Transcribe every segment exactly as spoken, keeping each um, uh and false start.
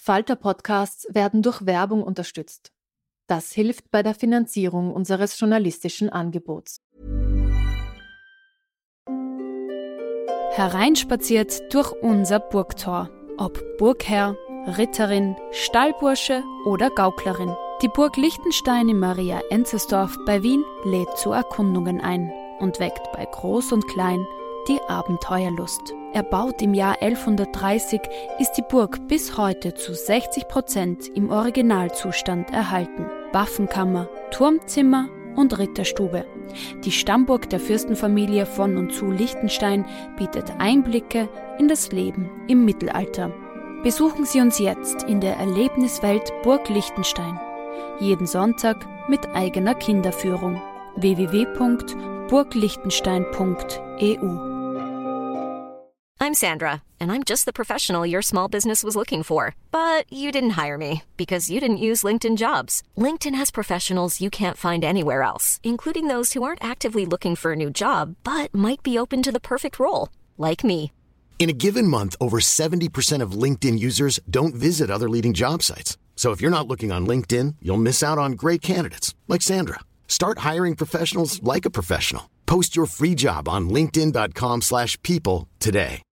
Falter-Podcasts werden durch Werbung unterstützt. Das hilft bei der Finanzierung unseres journalistischen Angebots. Hereinspaziert durch unser Burgtor. Ob Burgherr, Ritterin, Stallbursche oder Gauklerin. Die Burg Liechtenstein in Maria Enzersdorf bei Wien lädt zu Erkundungen ein und weckt bei Groß und Klein die Abenteuerlust. Erbaut im Jahr elfhundertdreißig, ist die Burg bis heute zu sechzig Prozent im Originalzustand erhalten. Waffenkammer, Turmzimmer und Ritterstube. Die Stammburg der Fürstenfamilie von und zu Liechtenstein bietet Einblicke in das Leben im Mittelalter. Besuchen Sie uns jetzt in der Erlebniswelt Burg Liechtenstein. Jeden Sonntag mit eigener Kinderführung. w w w punkt burg liechtenstein punkt e u I'm Sandra, and I'm just the professional your small business was looking for. But you didn't hire me because you didn't use LinkedIn Jobs. LinkedIn has professionals you can't find anywhere else, including those who aren't actively looking for a new job, but might be open to the perfect role, like me. In a given month, over seventy percent of LinkedIn users don't visit other leading job sites. So if you're not looking on LinkedIn, you'll miss out on great candidates like Sandra. Start hiring professionals like a professional. Post your free job on linkedin dot com slash people today.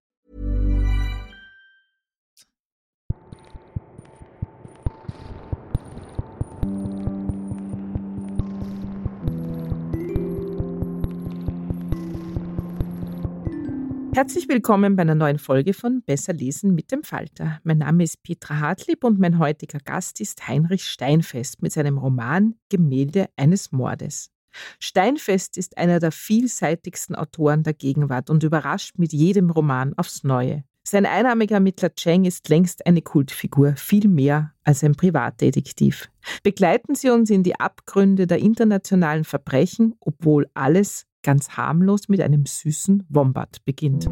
Herzlich willkommen bei einer neuen Folge von Besser lesen mit dem Falter. Mein Name ist Petra Hartlieb und mein heutiger Gast ist Heinrich Steinfest mit seinem Roman Gemälde eines Mordes. Steinfest ist einer der vielseitigsten Autoren der Gegenwart und überrascht mit jedem Roman aufs Neue. Sein einarmiger Ermittler Cheng ist längst eine Kultfigur, viel mehr als ein Privatdetektiv. Begleiten Sie uns in die Abgründe der internationalen Verbrechen, obwohl alles ganz harmlos mit einem süßen Wombat beginnt.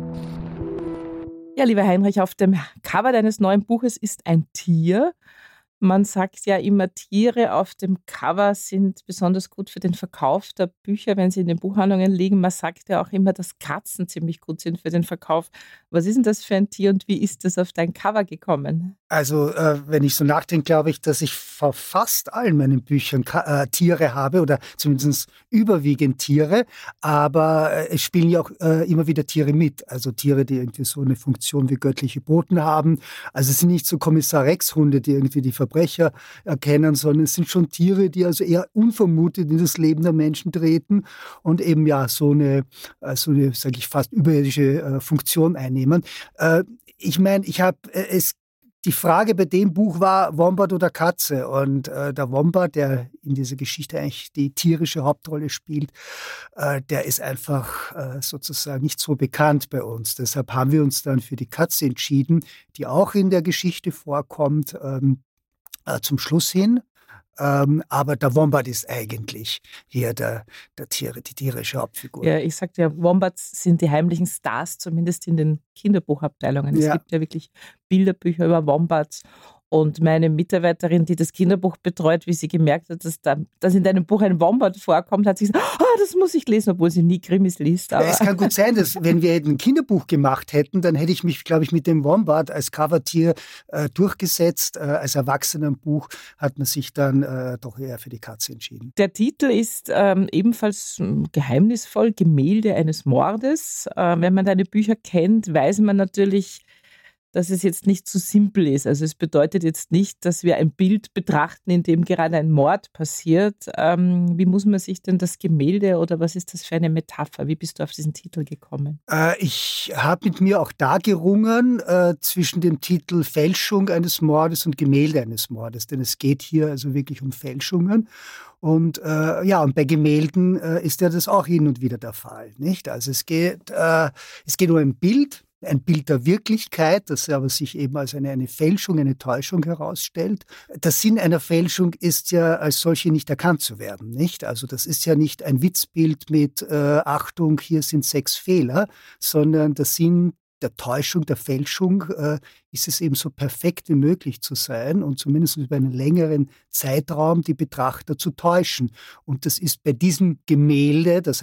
Ja, lieber Heinrich, auf dem Cover deines neuen Buches ist ein Tier. Man sagt ja immer, Tiere auf dem Cover sind besonders gut für den Verkauf der Bücher, wenn sie in den Buchhandlungen liegen. Man sagt ja auch immer, dass Katzen ziemlich gut sind für den Verkauf. Was ist denn das für ein Tier und wie ist das auf dein Cover gekommen? Also, äh, wenn ich so nachdenke, glaube ich, dass ich vor fast allen meinen Büchern Ka- äh, Tiere habe oder zumindest überwiegend Tiere. Aber äh, es spielen ja auch äh, immer wieder Tiere mit. Also Tiere, die irgendwie so eine Funktion wie göttliche Boten haben. Also es sind nicht so Kommissar Rex-Hunde, die irgendwie die Verbrecher erkennen, sondern es sind schon Tiere, die also eher unvermutet in das Leben der Menschen treten und eben ja so eine, so eine, sage ich fast, überirdische äh, Funktion einnehmen. Äh, ich meine, ich habe äh, es Die Frage bei dem Buch war Wombat oder Katze. Und äh, der Wombat, der in dieser Geschichte eigentlich die tierische Hauptrolle spielt, äh, der ist einfach äh, sozusagen nicht so bekannt bei uns. Deshalb haben wir uns dann für die Katze entschieden, die auch in der Geschichte vorkommt, ähm, äh, zum Schluss hin. Ähm, aber der Wombat ist eigentlich hier der, der Tiere, die tierische Hauptfigur. Ja, ich sagte ja, Wombats sind die heimlichen Stars, zumindest in den Kinderbuchabteilungen. Es Ja. gibt ja wirklich Bilderbücher über Wombats. Und meine Mitarbeiterin, die das Kinderbuch betreut, wie sie gemerkt hat, dass, da, dass in deinem Buch ein Wombat vorkommt, hat sie gesagt, ah, das muss ich lesen, obwohl sie nie Krimis liest. Aber Es kann gut sein, dass wenn wir ein Kinderbuch gemacht hätten, dann hätte ich mich, glaube ich, mit dem Wombat als Covertier äh, durchgesetzt. Äh, als Erwachsenenbuch hat man sich dann äh, doch eher für die Katze entschieden. Der Titel ist ähm, ebenfalls ähm, geheimnisvoll, Gemälde eines Mordes. Äh, wenn man deine Bücher kennt, weiß man natürlich, dass es jetzt nicht so simpel ist. Also es bedeutet jetzt nicht, dass wir ein Bild betrachten, in dem gerade ein Mord passiert. Ähm, wie muss man sich denn das Gemälde oder was ist das für eine Metapher? Wie bist du auf diesen Titel gekommen? Äh, ich habe mit mir auch da gerungen äh, zwischen dem Titel Fälschung eines Mordes und Gemälde eines Mordes. Denn es geht hier also wirklich um Fälschungen. Und äh, ja, und bei Gemälden äh, ist ja das auch hin und wieder der Fall, nicht? Also es geht, äh, es geht um ein Bild, ein Bild der Wirklichkeit, das aber sich eben als eine, eine Fälschung, eine Täuschung herausstellt. Der Sinn einer Fälschung ist ja als solche nicht erkannt zu werden, nicht? Also das ist ja nicht ein Witzbild mit äh, Achtung, hier sind sechs Fehler, sondern der Sinn der Täuschung, der Fälschung äh, ist es eben so perfekt wie möglich zu sein und zumindest über einen längeren Zeitraum die Betrachter zu täuschen. Und das ist bei diesem Gemälde, das ein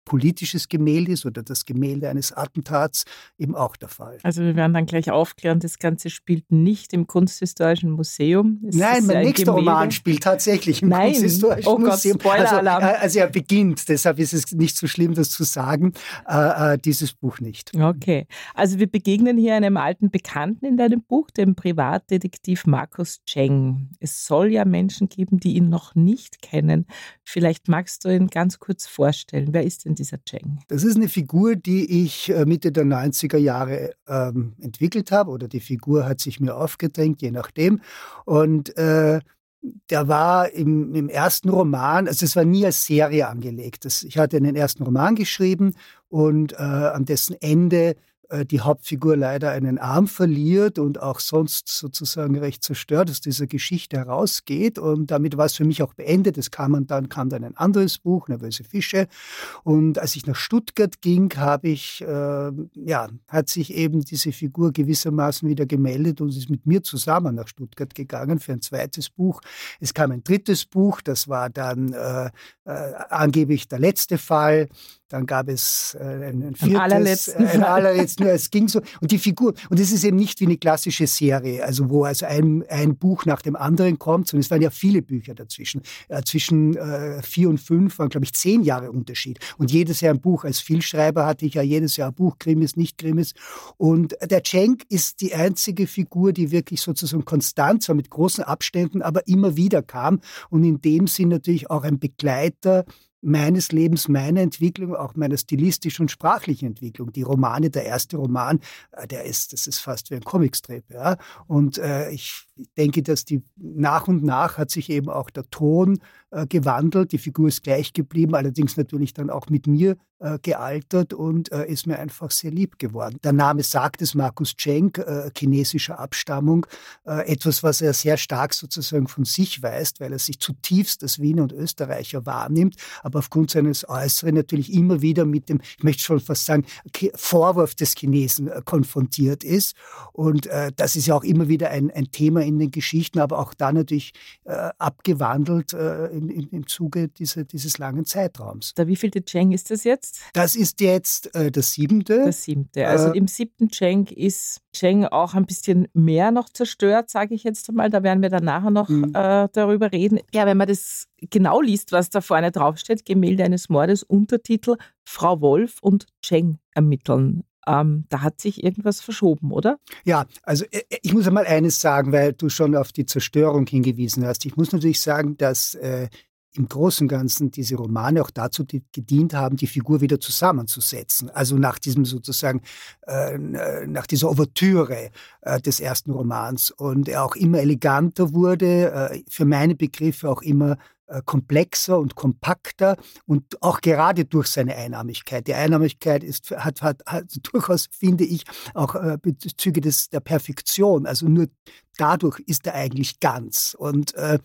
politisches Gemälde ist oder das Gemälde eines Attentats, eben auch der Fall. Also wir werden dann gleich aufklären, das Ganze spielt nicht im Kunsthistorischen Museum. Es Nein, mein nächster Gemälde. Roman spielt tatsächlich im Nein. Kunsthistorischen oh Gott, Museum. Spoiler-Alarm. Also, also er beginnt, deshalb ist es nicht so schlimm, das zu sagen, äh, äh, dieses Buch nicht. Okay, also wir begegnen hier einem alten Bekannten in deinem Buch, dem Privatdetektiv Markus Cheng. Es soll ja Menschen geben, die ihn noch nicht kennen. Vielleicht magst du ihn ganz kurz vorstellen. Wer ist denn dieser Cheng? Das ist eine Figur, die ich Mitte der neunziger Jahre ähm, entwickelt habe, oder die Figur hat sich mir aufgedrängt, je nachdem. Und äh, der war im, im ersten Roman, also es war nie als Serie angelegt. Das, ich hatte einen ersten Roman geschrieben und äh, an dessen Ende die Hauptfigur leider einen Arm verliert und auch sonst sozusagen recht zerstört aus dieser Geschichte herausgeht. Und damit war es für mich auch beendet. Es kam dann, kam dann ein anderes Buch, Nervöse Fische. Und als ich nach Stuttgart ging, habe ich, äh, ja, hat sich eben diese Figur gewissermaßen wieder gemeldet und ist mit mir zusammen nach Stuttgart gegangen für ein zweites Buch. Es kam ein drittes Buch, das war dann äh, äh, angeblich der letzte Fall. Dann gab es äh, ein, ein viertes, allerletzten ein allerletzten, es ging so. Und die Figur, und es ist eben nicht wie eine klassische Serie, also wo also ein, ein Buch nach dem anderen kommt, sondern es waren ja viele Bücher dazwischen. Äh, zwischen äh, vier und fünf waren, glaube ich, zehn Jahre Unterschied. Und jedes Jahr ein Buch. Als Vielschreiber hatte ich ja jedes Jahr ein Buch, Krimis, nicht Krimis. Und der Cheng ist die einzige Figur, die wirklich sozusagen konstant, zwar mit großen Abständen, aber immer wieder kam. Und in dem Sinn natürlich auch ein Begleiter meines Lebens, meiner Entwicklung, auch meiner stilistischen und sprachlichen Entwicklung. Die Romane, der erste Roman, der ist, das ist fast wie ein Comicstrip, ja. Und äh, ich denke, dass die nach und nach hat sich eben auch der Ton äh, gewandelt. Die Figur ist gleich geblieben, allerdings natürlich dann auch mit mir äh, gealtert und äh, ist mir einfach sehr lieb geworden. Der Name sagt es, Markus Cheng, äh, chinesischer Abstammung, äh, etwas, was er sehr stark sozusagen von sich weist, weil er sich zutiefst als Wiener und Österreicher wahrnimmt, aber aufgrund seines Äußeren natürlich immer wieder mit dem, ich möchte schon fast sagen, Vorwurf des Chinesen äh, konfrontiert ist. Und äh, das ist ja auch immer wieder ein, ein Thema in den Geschichten, aber auch da natürlich äh, abgewandelt äh, im, im, im Zuge diese, dieses langen Zeitraums. Der wievielte Cheng ist das jetzt? Das ist jetzt äh, das siebente. Das siebte. Also äh, im siebten Cheng ist Cheng auch ein bisschen mehr noch zerstört, sage ich jetzt einmal. Da werden wir dann nachher noch mhm. äh, darüber reden. Ja, wenn man das genau liest, was da vorne draufsteht, Gemälde eines Mordes, Untertitel Frau Wolf und Cheng ermitteln. Ähm, da hat sich irgendwas verschoben, oder? Ja, also ich muss einmal eines sagen, weil du schon auf die Zerstörung hingewiesen hast. Ich muss natürlich sagen, dass äh, im Großen und Ganzen diese Romane auch dazu die, gedient haben, die Figur wieder zusammenzusetzen. Also nach diesem sozusagen, äh, nach dieser Ouvertüre äh, des ersten Romans. Und er auch immer eleganter wurde, äh, für meine Begriffe auch immer komplexer und kompakter und auch gerade durch seine Einnahmigkeit. Die Einnahmigkeit ist, hat, hat, hat durchaus, finde ich, auch äh, Bezüge des, der Perfektion. Also nur dadurch ist er eigentlich ganz. Und äh,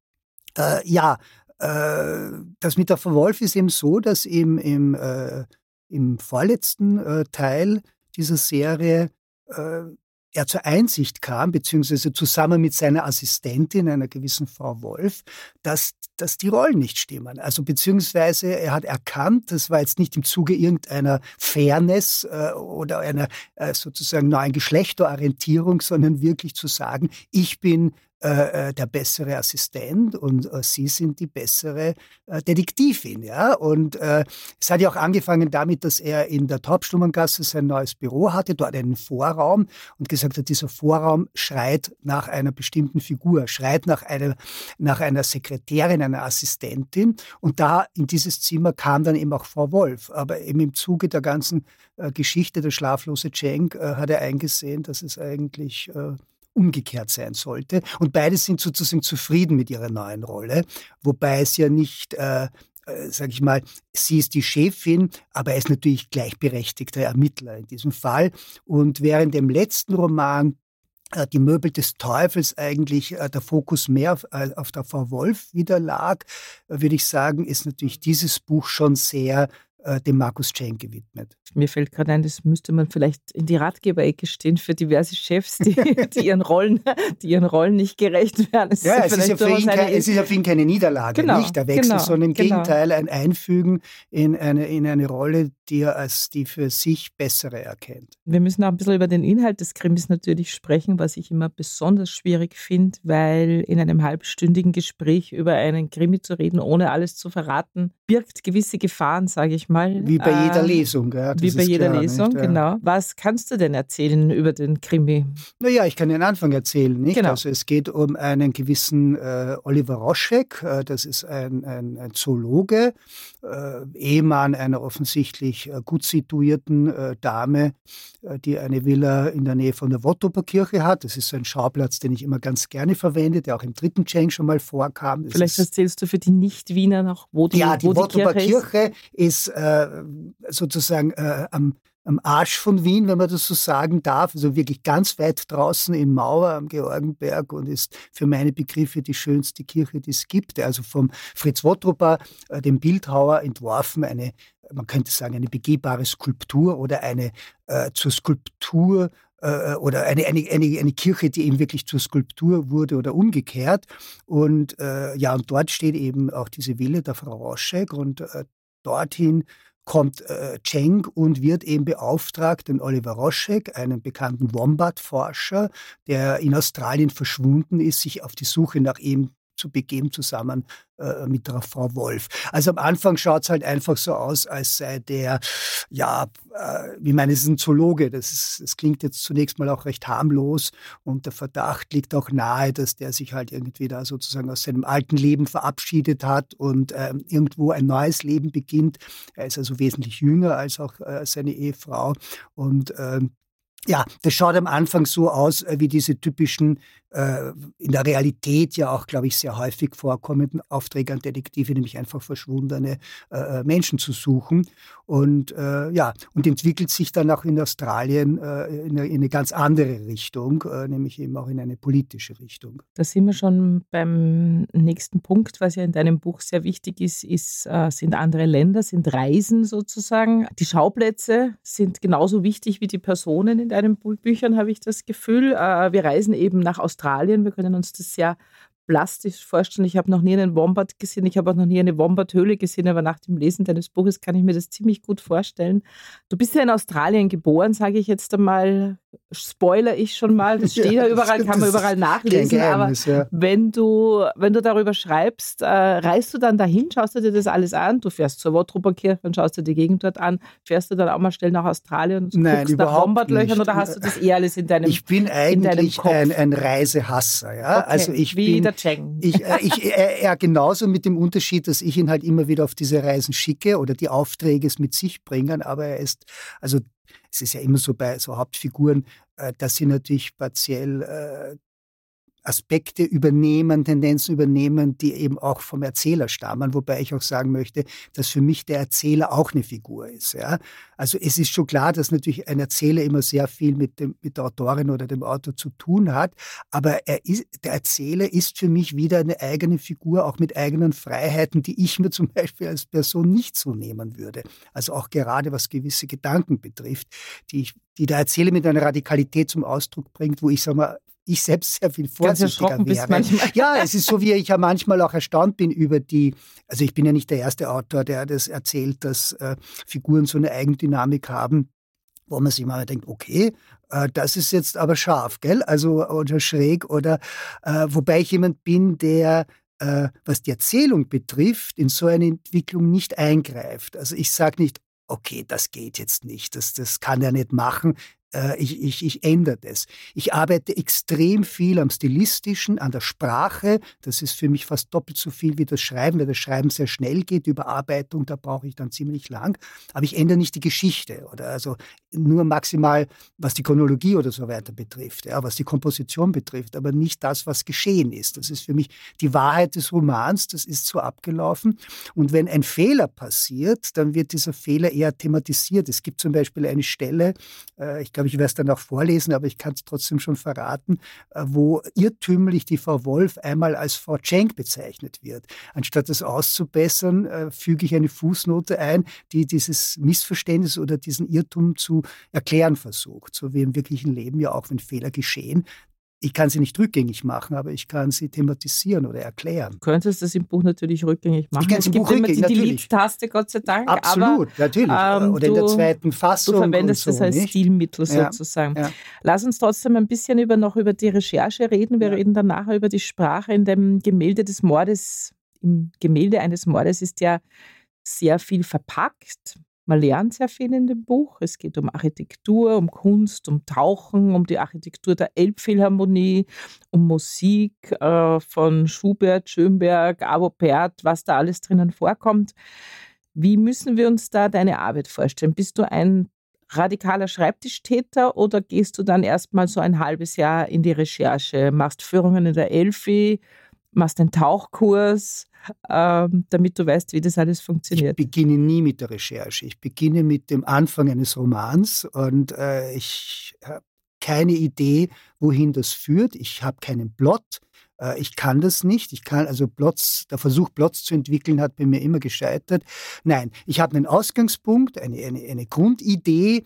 äh, ja, äh, das mit der Frau Wolf ist eben so, dass im, im, äh, im vorletzten äh, Teil dieser Serie äh, er zur Einsicht kam, beziehungsweise zusammen mit seiner Assistentin, einer gewissen Frau Wolf, dass, dass die Rollen nicht stimmen. Also beziehungsweise er hat erkannt, das war jetzt nicht im Zuge irgendeiner Fairness äh, oder einer äh, sozusagen neuen Geschlechterorientierung, sondern wirklich zu sagen, ich bin äh, der bessere Assistent und äh, Sie sind die bessere äh, Detektivin. Ja? Und äh, es hat ja auch angefangen damit, dass er in der Taubstummengasse sein neues Büro hatte, dort einen Vorraum und gesagt hat, dieser Vorraum schreit nach einer bestimmten Figur, schreit nach einer, nach einer Sekretärin, einer Assistentin. Und da in dieses Zimmer kam dann eben auch Frau Wolf. Aber eben im Zuge der ganzen äh, Geschichte, der schlaflose Cheng, äh, hat er eingesehen, dass es eigentlich äh, umgekehrt sein sollte. Und beide sind sozusagen zufrieden mit ihrer neuen Rolle, wobei es ja nicht, äh, äh, sage ich mal, sie ist die Chefin, aber er ist natürlich gleichberechtigter Ermittler in diesem Fall. Und während dem letzten Roman äh, Die Möbel des Teufels eigentlich äh, der Fokus mehr auf, äh, auf der Frau Wolf wieder lag, äh, würde ich sagen, ist natürlich dieses Buch schon sehr äh, dem Markus Cheng gewidmet. Mir fällt gerade ein, das müsste man vielleicht in die Ratgeberecke stehen für diverse Chefs, die, die, ihren, Rollen, die ihren Rollen nicht gerecht werden. Es ja, ist es ist, ja für ihn kein, es ist ja für ihn keine Niederlage, genau, nicht der Wechsel, genau, sondern im genau. Gegenteil ein Einfügen in eine, in eine Rolle, die er als die für sich bessere erkennt. Wir müssen auch ein bisschen über den Inhalt des Krimis natürlich sprechen, was ich immer besonders schwierig finde, weil in einem halbstündigen Gespräch über einen Krimi zu reden, ohne alles zu verraten, birgt gewisse Gefahren, sage ich mal. Wie bei äh, jeder Lesung. Ja, wie bei jeder klar, Lesung, nicht? Ja. genau. Was kannst du denn erzählen über den Krimi? Naja, ich kann den Anfang erzählen. Nicht? Genau. Also es geht um einen gewissen äh, Oliver Roschek, äh, das ist ein, ein, ein Zoologe, äh, Ehemann einer offensichtlich äh, gut situierten äh, Dame, äh, die eine Villa in der Nähe von der Wottoper Kirche hat. Das ist so ein Schauplatz, den ich immer ganz gerne verwende, der auch im dritten Cheng schon mal vorkam. Das Vielleicht ist, erzählst du für die Nicht-Wiener noch, wo die, ja, die wo die Wottoper Kirche ist. Kirche ist, äh, sozusagen äh, am am Arsch von Wien, wenn man das so sagen darf, also wirklich ganz weit draußen in Mauer am Georgenberg und ist für meine Begriffe die schönste Kirche, die es gibt. Also vom Fritz Wottroper, äh, dem Bildhauer, entworfen, eine, man könnte sagen, eine begehbare Skulptur oder eine äh, zur Skulptur äh, oder eine, eine, eine, eine Kirche, die eben wirklich zur Skulptur wurde oder umgekehrt. Und äh, ja, und dort steht eben auch diese Villa der Frau Roschek und äh, dorthin kommt äh, Cheng und wird eben beauftragt, den Oliver Roschek, einen bekannten Wombat-Forscher, der in Australien verschwunden ist, sich auf die Suche nach ihm zu begeben, zusammen äh, mit der Frau Wolf. Also am Anfang schaut es halt einfach so aus, als sei der, ja, äh, ich meine, es ist ein Zoologe, das, ist, das klingt jetzt zunächst mal auch recht harmlos und der Verdacht liegt auch nahe, dass der sich halt irgendwie da sozusagen aus seinem alten Leben verabschiedet hat und äh, irgendwo ein neues Leben beginnt. Er ist also wesentlich jünger als auch äh, seine Ehefrau und äh, ja, das schaut am Anfang so aus, wie diese typischen, äh, in der Realität ja auch, glaube ich, sehr häufig vorkommenden Aufträge an Detektive, nämlich einfach verschwundene äh, Menschen zu suchen. Und äh, ja, und entwickelt sich dann auch in Australien äh, in, eine, in eine ganz andere Richtung, äh, nämlich eben auch in eine politische Richtung. Da sind wir schon beim nächsten Punkt, was ja in deinem Buch sehr wichtig ist, ist äh, sind andere Länder, sind Reisen sozusagen. Die Schauplätze sind genauso wichtig wie die Personen in deinen Büchern, habe ich das Gefühl. Äh, wir reisen eben nach Australien, wir können uns das sehr plastisch vorstellen. Ich habe noch nie einen Wombat gesehen, ich habe auch noch nie eine Wombat-Höhle gesehen, aber nach dem Lesen deines Buches kann ich mir das ziemlich gut vorstellen. Du bist ja in Australien geboren, sage ich jetzt einmal, spoiler ich schon mal, das steht ja, ja überall, kann man überall nachlesen, aber ja. wenn du wenn du darüber schreibst, äh, reist du dann dahin, schaust du dir das alles an, du fährst zur Wottroper Kirche und schaust dir die Gegend dort an, fährst du dann auch mal schnell nach Australien und Nein, guckst nach Wombatlöchern oder hast du das eher alles in deinem Kopf? Ich bin eigentlich ein, ein Reisehasser, ja, okay. also ich Wie bin der Cheng. Ich, äh, ich, äh, ja, genauso mit dem Unterschied, dass ich ihn halt immer wieder auf diese Reisen schicke oder die Aufträge es mit sich bringen, aber er ist, also es ist ja immer so bei so Hauptfiguren, äh, dass sie natürlich partiell äh, Aspekte übernehmen, Tendenzen übernehmen, die eben auch vom Erzähler stammen, wobei ich auch sagen möchte, dass für mich der Erzähler auch eine Figur ist. Ja? Also es ist schon klar, dass natürlich ein Erzähler immer sehr viel mit, dem, mit der Autorin oder dem Autor zu tun hat, aber er ist, der Erzähler ist für mich wieder eine eigene Figur, auch mit eigenen Freiheiten, die ich mir zum Beispiel als Person nicht so nehmen würde. Also auch gerade was gewisse Gedanken betrifft, die, ich, die der Erzähler mit einer Radikalität zum Ausdruck bringt, wo ich sage mal, ich selbst sehr viel vorsichtiger wäre. Ja, es ist so, wie ich ja manchmal auch erstaunt bin über die, also ich bin ja nicht der erste Autor, der das erzählt, dass äh, Figuren so eine Eigendynamik haben, wo man sich mal denkt, okay, äh, das ist jetzt aber scharf, gell? Also oder schräg oder äh, wobei ich jemand bin, der äh, was die Erzählung betrifft, in so eine Entwicklung nicht eingreift. Also ich sage nicht, okay, das geht jetzt nicht, das, das kann er nicht machen. Ich, ich, ich ändere das. Ich arbeite extrem viel am Stilistischen, an der Sprache. Das ist für mich fast doppelt so viel wie das Schreiben, weil das Schreiben sehr schnell geht. Die Überarbeitung, da brauche ich dann ziemlich lang. Aber ich ändere nicht die Geschichte oder also nur maximal, was die Chronologie oder so weiter betrifft, ja, was die Komposition betrifft, aber nicht das, was geschehen ist. Das ist für mich die Wahrheit des Romans, das ist so abgelaufen. Und wenn ein Fehler passiert, dann wird dieser Fehler eher thematisiert. Es gibt zum Beispiel eine Stelle, äh, ich glaube, glaube, ich werde es dann auch vorlesen, aber ich kann es trotzdem schon verraten, äh, wo irrtümlich die Frau Wolf einmal als Frau Schenk bezeichnet wird. Anstatt das auszubessern, äh, füge ich eine Fußnote ein, die dieses Missverständnis oder diesen Irrtum zu erklären versucht. So wie im wirklichen Leben ja auch, wenn Fehler geschehen. Ich kann sie nicht rückgängig machen, aber ich kann sie thematisieren oder erklären. Du könntest das im Buch natürlich rückgängig machen. Ich kann es im Buch rückgängig, natürlich. Die Delete-Taste, Gott sei Dank. Absolut, aber, natürlich. Ähm, oder in der zweiten Fassung. Du verwendest und so, das als nicht? Stilmittel Ja, sozusagen. ja. Lass uns trotzdem ein bisschen über, noch über die Recherche reden. Wir Ja. reden dann nachher über die Sprache. In dem Gemälde des Mordes, im Gemälde eines Mordes ist ja sehr viel verpackt. Man lernt sehr viel in dem Buch. Es geht um Architektur, um Kunst, um Tauchen, um die Architektur der Elbphilharmonie, um Musik äh, von Schubert, Schönberg, Arvo Pärt, was da alles drinnen vorkommt. Wie müssen wir uns da deine Arbeit vorstellen? Bist du ein radikaler Schreibtischtäter oder gehst du dann erstmal so ein halbes Jahr in die Recherche, machst Führungen in der Elfi, machst einen Tauchkurs, ähm, damit du weißt, wie das alles funktioniert? Ich beginne nie mit der Recherche. Ich beginne mit dem Anfang eines Romans und äh, ich habe keine Idee, wohin das führt. Ich habe keinen Plot. Äh, ich kann das nicht. Ich kann also Plots, der Versuch, Plots zu entwickeln, hat bei mir immer gescheitert. Nein, ich habe einen Ausgangspunkt, eine, eine, eine Grundidee.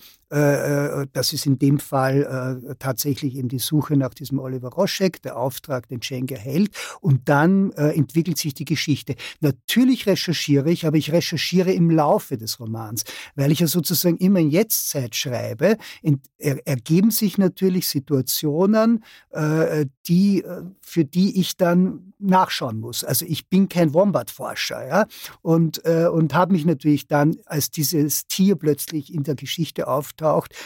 Äh, das ist in dem Fall äh, tatsächlich eben die Suche nach diesem Oliver Roschek, der Auftrag, den Schenk erhält. Und dann äh, entwickelt sich die Geschichte. Natürlich recherchiere ich, aber ich recherchiere im Laufe des Romans, weil ich ja sozusagen immer in Jetztzeit schreibe. In, er, ergeben sich natürlich Situationen, äh, die, für die ich dann nachschauen muss. Also ich bin kein Wombat-Forscher, ja, und, äh, und habe mich natürlich dann, als dieses Tier plötzlich in der Geschichte auftaucht,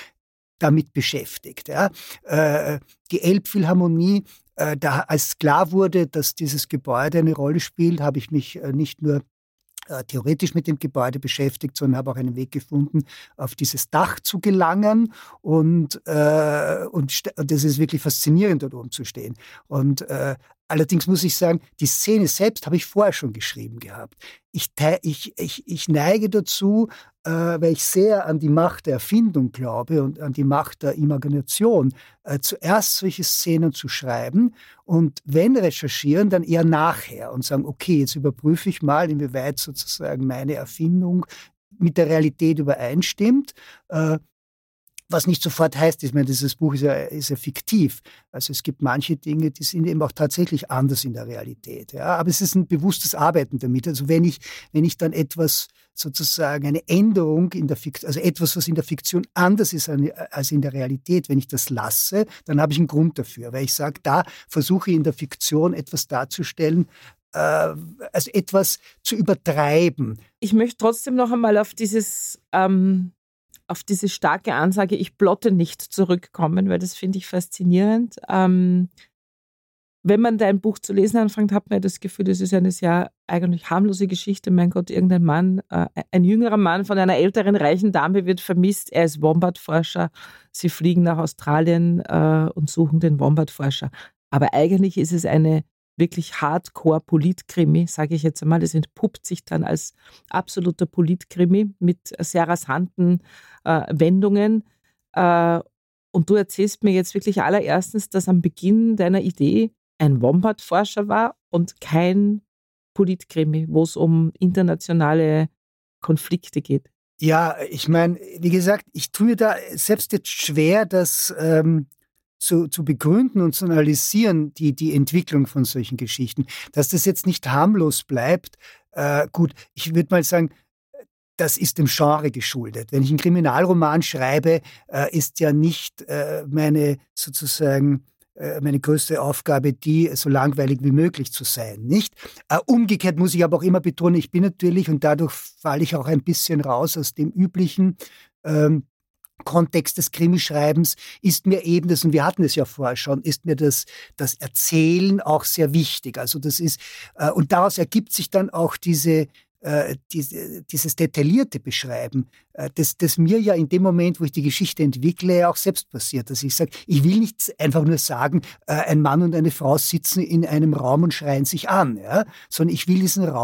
damit beschäftigt. Ja. Äh, die Elbphilharmonie, äh, da, als klar wurde, dass dieses Gebäude eine Rolle spielt, habe ich mich äh, nicht nur äh, theoretisch mit dem Gebäude beschäftigt, sondern habe auch einen Weg gefunden, auf dieses Dach zu gelangen. Und, äh, und, und das ist wirklich faszinierend, dort oben zu stehen. Und äh, allerdings muss ich sagen, die Szene selbst habe ich vorher schon geschrieben gehabt. Ich, ich, ich, ich neige dazu, äh, weil ich sehr an die Macht der Erfindung glaube und an die Macht der Imagination, äh, zuerst solche Szenen zu schreiben und wenn recherchieren, dann eher nachher und sagen, okay, jetzt überprüfe ich mal, inwieweit sozusagen meine Erfindung mit der Realität übereinstimmt. Äh, Was nicht sofort heißt, ich meine, dieses Buch ist ja, ist ja fiktiv. Also es gibt manche Dinge, die sind eben auch tatsächlich anders in der Realität. Ja? Aber es ist ein bewusstes Arbeiten damit. Also wenn ich, wenn ich dann etwas sozusagen, eine Änderung in der Fiktion, also etwas, was in der Fiktion anders ist als in der Realität, wenn ich das lasse, dann habe ich einen Grund dafür. Weil ich sage, da versuche ich in der Fiktion etwas darzustellen, äh, also etwas zu übertreiben. Ich möchte trotzdem noch einmal auf dieses... Ähm auf diese starke Ansage, ich plotte nicht, zurückkommen, weil das finde ich faszinierend. Ähm, wenn man dein Buch zu lesen anfängt, hat man das Gefühl, das ist eine sehr eigentlich harmlose Geschichte. Mein Gott, irgendein Mann, äh, ein jüngerer Mann von einer älteren, reichen Dame wird vermisst. Er ist Wombat-Forscher. Sie fliegen nach Australien äh, und suchen den Wombat-Forscher. Aber eigentlich ist es eine wirklich Hardcore-Politkrimi, sage ich jetzt einmal. Es entpuppt sich dann als absoluter Politkrimi mit sehr rasanten äh, Wendungen. Äh, und du erzählst mir jetzt wirklich allererstens, dass am Beginn deiner Idee ein Wombat-Forscher war und kein Politkrimi, wo es um internationale Konflikte geht. Ja, ich meine, wie gesagt, ich tue mir da selbst jetzt schwer, das ähm, zu, zu begründen und zu analysieren, die, die Entwicklung von solchen Geschichten. Dass das jetzt nicht harmlos bleibt, äh, gut, ich würde mal sagen, das ist dem Genre geschuldet. Wenn ich einen Kriminalroman schreibe, äh, ist ja nicht äh, meine sozusagen äh, meine größte Aufgabe, die so langweilig wie möglich zu sein, nicht? Äh, umgekehrt muss ich aber auch immer betonen, ich bin natürlich, und dadurch falle ich auch ein bisschen raus aus dem üblichen ähm, Kontext des Krimischreibens, ist mir eben das, und wir hatten es ja vorher schon, ist mir das, das Erzählen auch sehr wichtig. Also das ist, äh, und daraus ergibt sich dann auch diese Äh, diese, dieses detaillierte Beschreiben, äh, das, das mir ja in dem Moment, wo ich die Geschichte entwickle, ja auch selbst passiert. Dass ich sage, ich will nicht einfach nur sagen, äh, ein Mann und eine Frau sitzen in einem Raum und schreien sich an, ja? Sondern ich will diesen Raum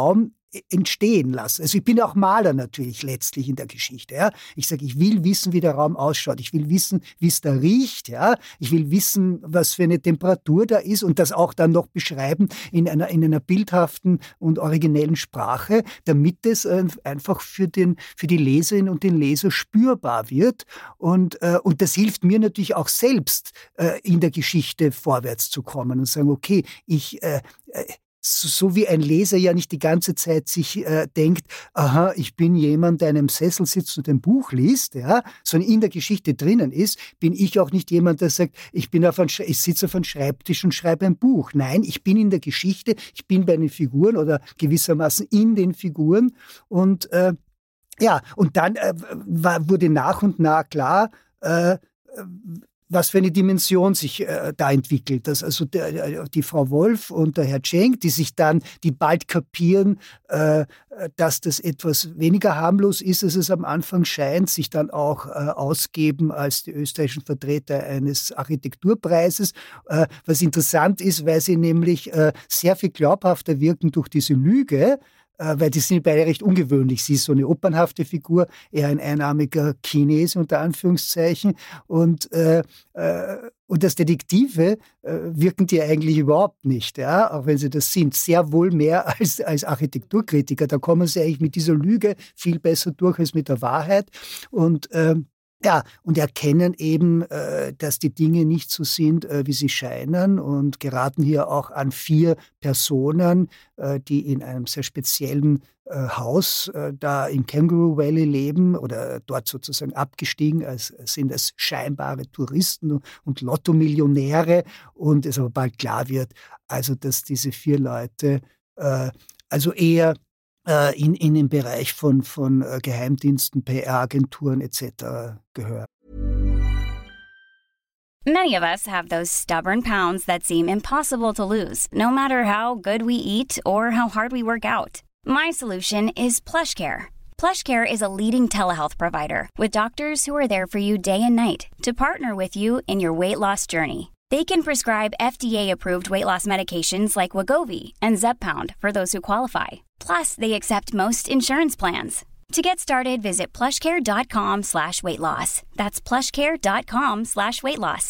entstehen lassen. Also ich bin ja auch Maler natürlich letztlich in der Geschichte. Ja. Ich sage, ich will wissen, wie der Raum ausschaut. Ich will wissen, wie es da riecht. Ja. Ich will wissen, was für eine Temperatur da ist und das auch dann noch beschreiben in einer, in einer bildhaften und originellen Sprache, damit es äh, einfach für, den, für die Leserin und den Leser spürbar wird. Und, äh, und das hilft mir natürlich auch selbst, äh, in der Geschichte vorwärts zu kommen und sagen, okay, ich äh, so wie ein Leser ja nicht die ganze Zeit sich äh, denkt, aha, ich bin jemand, der in einem Sessel sitzt und ein Buch liest, ja, sondern in der Geschichte drinnen ist, bin ich auch nicht jemand, der sagt, ich, bin auf ein, ich sitze auf einem Schreibtisch und schreibe ein Buch. Nein, ich bin in der Geschichte, ich bin bei den Figuren oder gewissermaßen in den Figuren. Und äh, ja, und dann äh, war, wurde nach und nach klar, äh, was für eine Dimension sich äh, da entwickelt. Dass also der, die Frau Wolf und der Herr Cenk, die sich dann, die bald kapieren, äh, dass das etwas weniger harmlos ist, als es am Anfang scheint, sich dann auch äh, ausgeben als die österreichischen Vertreter eines Architekturpreises. Äh, was interessant ist, weil sie nämlich äh, sehr viel glaubhafter wirken durch diese Lüge, weil die sind beide recht ungewöhnlich. Sie ist so eine opernhafte Figur, eher ein einarmiger Chinese unter Anführungszeichen. Und, äh, äh, und als Detektive äh, wirken die eigentlich überhaupt nicht, ja? Auch wenn sie das sind. Sehr wohl mehr als, als Architekturkritiker. Da kommen sie eigentlich mit dieser Lüge viel besser durch als mit der Wahrheit. Und äh, Ja, und erkennen eben, äh, dass die Dinge nicht so sind, äh, wie sie scheinen und geraten hier auch an vier Personen, äh, die in einem sehr speziellen äh, Haus äh, da im Kangaroo Valley leben oder dort sozusagen abgestiegen als, sind als scheinbare Touristen und Lottomillionäre und es aber bald klar wird, also dass diese vier Leute äh, also eher In, in den Bereich von, von Geheimdiensten, P R-Agenturen et cetera gehören. Many of us have those stubborn pounds that seem impossible to lose, no matter how good we eat or how hard we work out. My solution is PlushCare. PlushCare is a leading telehealth provider with doctors who are there for you day and night to partner with you in your weight loss journey. They can prescribe F D A-approved weight loss medications like Wegovy and Zepbound for those who qualify. Plus, they accept most insurance plans. To get started, visit plushcare.com slash weight loss. That's plushcare.com slash weight loss.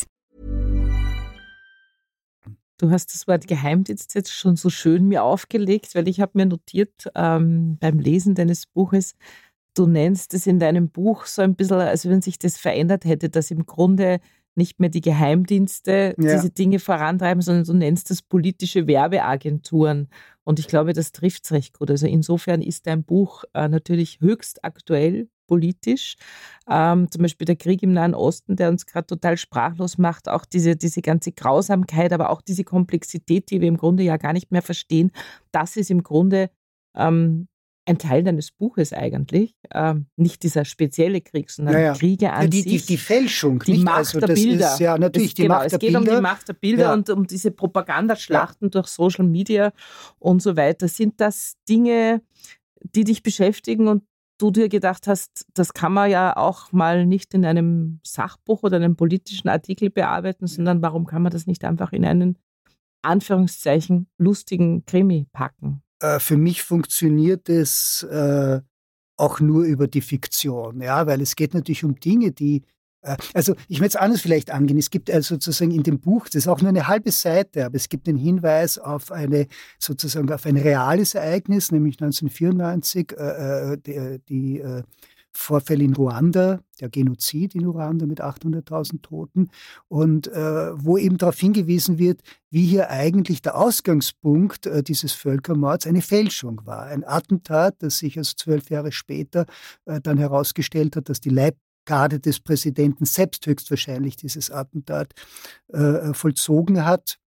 Du hast das Wort Geheimdienst jetzt schon so schön mir aufgelegt, weil ich habe mir notiert ähm, beim Lesen deines Buches, du nennst es in deinem Buch so ein bisschen, als wenn sich das verändert hätte, dass im Grunde nicht mehr die Geheimdienste ja. diese Dinge vorantreiben, sondern du nennst das politische Werbeagenturen. Und ich glaube, das trifft es recht gut. Also insofern ist dein Buch äh, natürlich höchst aktuell politisch. Ähm, zum Beispiel der Krieg im Nahen Osten, der uns gerade total sprachlos macht. Auch diese, diese ganze Grausamkeit, aber auch diese Komplexität, die wir im Grunde ja gar nicht mehr verstehen. Das ist im Grunde ähm, ein Teil deines Buches eigentlich, ähm, nicht dieser spezielle Krieg, sondern ja, ja. Kriege an ja, die, sich. Die, die Fälschung. Die nicht? Macht also, der das Bilder. Ist, ja, natürlich es, die genau, Macht es der geht Bilder. um die Macht der Bilder ja. und um diese Propagandaschlachten ja. durch Social Media und so weiter. Sind das Dinge, die dich beschäftigen und du dir gedacht hast, das kann man ja auch mal nicht in einem Sachbuch oder einem politischen Artikel bearbeiten, sondern warum kann man das nicht einfach in einen, Anführungszeichen, lustigen Krimi packen? Für mich funktioniert es äh, auch nur über die Fiktion, ja, weil es geht natürlich um Dinge, die, äh, also ich möchte es anders vielleicht angehen, es gibt also sozusagen in dem Buch, das ist auch nur eine halbe Seite, aber es gibt den Hinweis auf eine, sozusagen auf ein reales Ereignis, nämlich neunzehnhundertvierundneunzig, äh, die, die äh, Vorfälle in Ruanda, der Genozid in Ruanda mit achthunderttausend Toten und äh, wo eben darauf hingewiesen wird, wie hier eigentlich der Ausgangspunkt äh, dieses Völkermords eine Fälschung war. Ein Attentat, das sich also zwölf Jahre später äh, dann herausgestellt hat, dass die Leibgarde des Präsidenten selbst höchstwahrscheinlich dieses Attentat äh, vollzogen hat,